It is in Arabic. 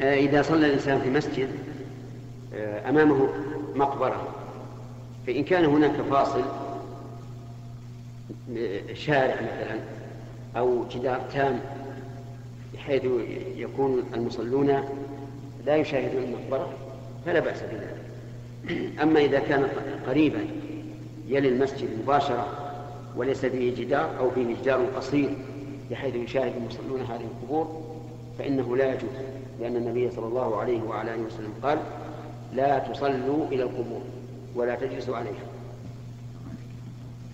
إذا صلى الإنسان في مسجد أمامه مقبرة، فإن كان هناك فاصل شارع مثلا أو جدار تام بحيث يكون المصلون لا يشاهدون المقبرة فلا بأس بذلك. أما إذا كان قريبا يلي المسجد مباشرة وليس فيه جدار أو فيه جدار قصير بحيث يشاهد المصلون هذه القبور فإنه لا يجوز، لأن النبي صلى الله عليه وعلى آله وسلم قال: لا تصلوا إلى القبور ولا تجلسوا عليها.